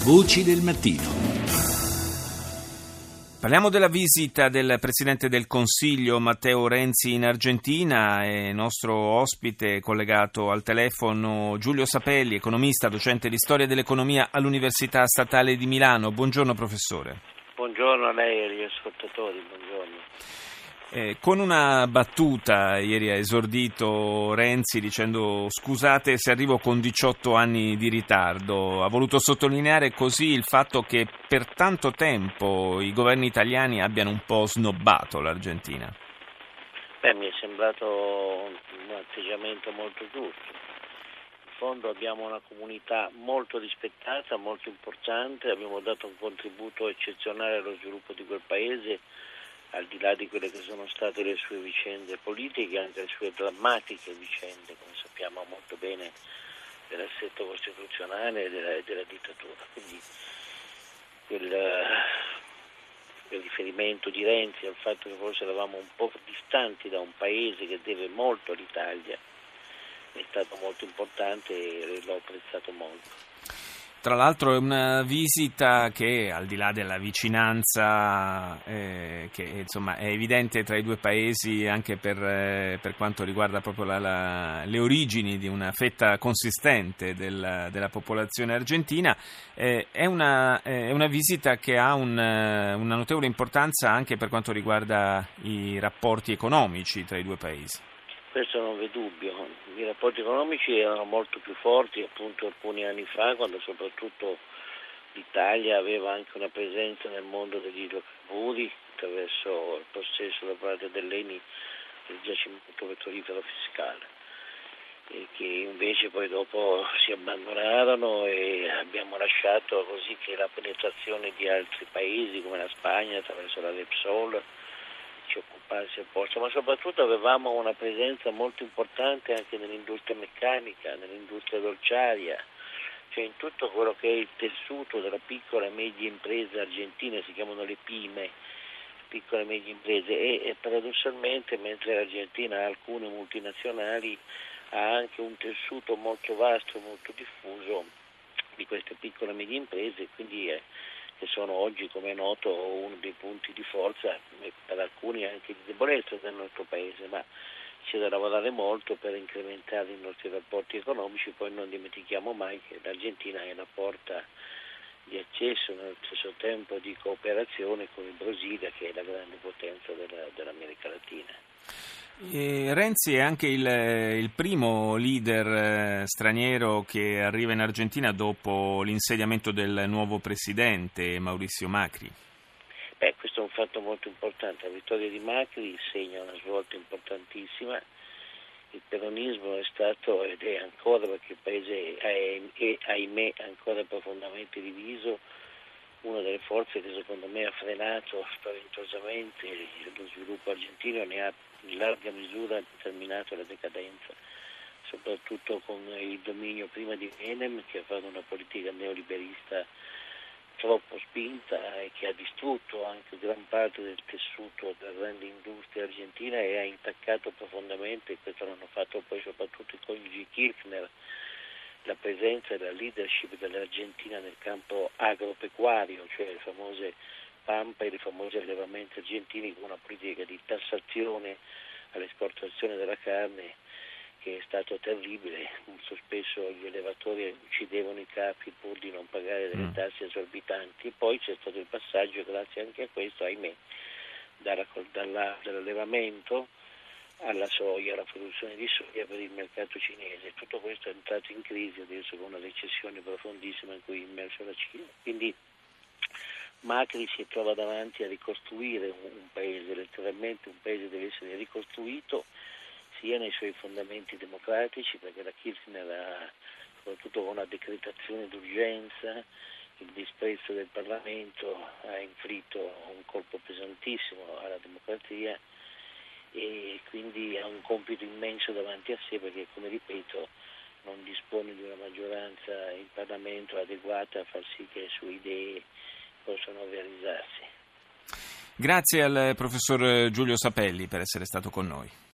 Voci del mattino. Parliamo della visita del Presidente del Consiglio Matteo Renzi in Argentina e nostro ospite collegato al telefono Giulio Sapelli, economista, docente di storia dell'economia all'Università Statale di Milano. Buongiorno professore. Buongiorno a lei e agli ascoltatori, buongiorno. Con una battuta ieri ha esordito Renzi dicendo scusate se arrivo con 18 anni di ritardo. Ha voluto sottolineare così il fatto che per tanto tempo i governi italiani abbiano un po' snobbato l'Argentina. Mi è sembrato un atteggiamento molto giusto. In fondo abbiamo una comunità molto rispettata, molto importante, abbiamo dato un contributo eccezionale allo sviluppo di quel paese, al di là di quelle che sono state le sue vicende politiche, anche le sue drammatiche vicende, come sappiamo molto bene, dell'assetto costituzionale e della dittatura. Quindi quel riferimento di Renzi al fatto che forse eravamo un po' distanti da un paese che deve molto all'Italia è stato molto importante e l'ho apprezzato molto. Tra l'altro è una visita che, al di là della vicinanza che insomma è evidente tra i due paesi anche per quanto riguarda proprio le origini di una fetta consistente della popolazione argentina, è una visita che ha una notevole importanza anche per quanto riguarda i rapporti economici tra i due paesi. Questo non v'è dubbio, i rapporti economici erano molto più forti appunto alcuni anni fa, quando soprattutto l'Italia aveva anche una presenza nel mondo degli idrocarburi attraverso il possesso da parte dell'ENI del giacimento petrolifero fiscale, e che invece poi dopo si abbandonarono e abbiamo lasciato così che la penetrazione di altri paesi come la Spagna attraverso la Repsol ci occupasse a posto, ma soprattutto avevamo una presenza molto importante anche nell'industria meccanica, nell'industria dolciaria, cioè in tutto quello che è il tessuto della piccola e media impresa argentina, si chiamano le PYME, piccole e medie imprese, e paradossalmente mentre l'Argentina ha alcune multinazionali ha anche un tessuto molto vasto e molto diffuso di queste piccole e medie imprese, quindi che sono oggi, come è noto, uno dei punti di forza e per alcuni anche di debolezza del nostro paese, ma c'è da lavorare molto per incrementare i nostri rapporti economici. Poi non dimentichiamo mai che l'Argentina è la porta di accesso nello stesso tempo di cooperazione con il Brasile, che è la grande potenza dell'America Latina. Renzi è anche il primo leader straniero che arriva in Argentina dopo l'insediamento del nuovo presidente Mauricio Macri. Questo è un fatto molto importante. La vittoria di Macri segna una svolta importantissima. Il peronismo è stato ed è ancora, perché il paese è ahimè ancora profondamente diviso, una delle forze che secondo me ha frenato spaventosamente lo sviluppo argentino, ne ha in larga misura determinato la decadenza, soprattutto con il dominio prima di Menem, che ha fatto una politica neoliberista troppo spinta e che ha distrutto anche gran parte del tessuto della grande industria argentina e ha intaccato profondamente, questo l'hanno fatto poi soprattutto i coniugi Kirchner, la presenza e la leadership dell'Argentina nel campo agropecuario, cioè le famose pampa e i famosi allevamenti argentini, con una politica di tassazione all'esportazione della carne che è stato terribile. Molto spesso gli allevatori uccidevano i capi pur di non pagare delle tasse esorbitanti, e poi c'è stato il passaggio, grazie anche a questo, ahimè, dall'allevamento alla soia, alla produzione di soia per il mercato cinese. Tutto questo è entrato in crisi adesso con una recessione profondissima in cui è immersa la Cina. Quindi Macri si trova davanti a ricostruire un paese, letteralmente un paese deve essere ricostruito sia nei suoi fondamenti democratici, perché la Kirchner soprattutto con la decretazione d'urgenza, il disprezzo del Parlamento, ha inflitto un colpo pesantissimo alla democrazia e quindi ha un compito immenso davanti a sé, perché, come ripeto, non dispone di una maggioranza in Parlamento adeguata a far sì che le sue idee possano realizzarsi. Grazie al professor Giulio Sapelli per essere stato con noi.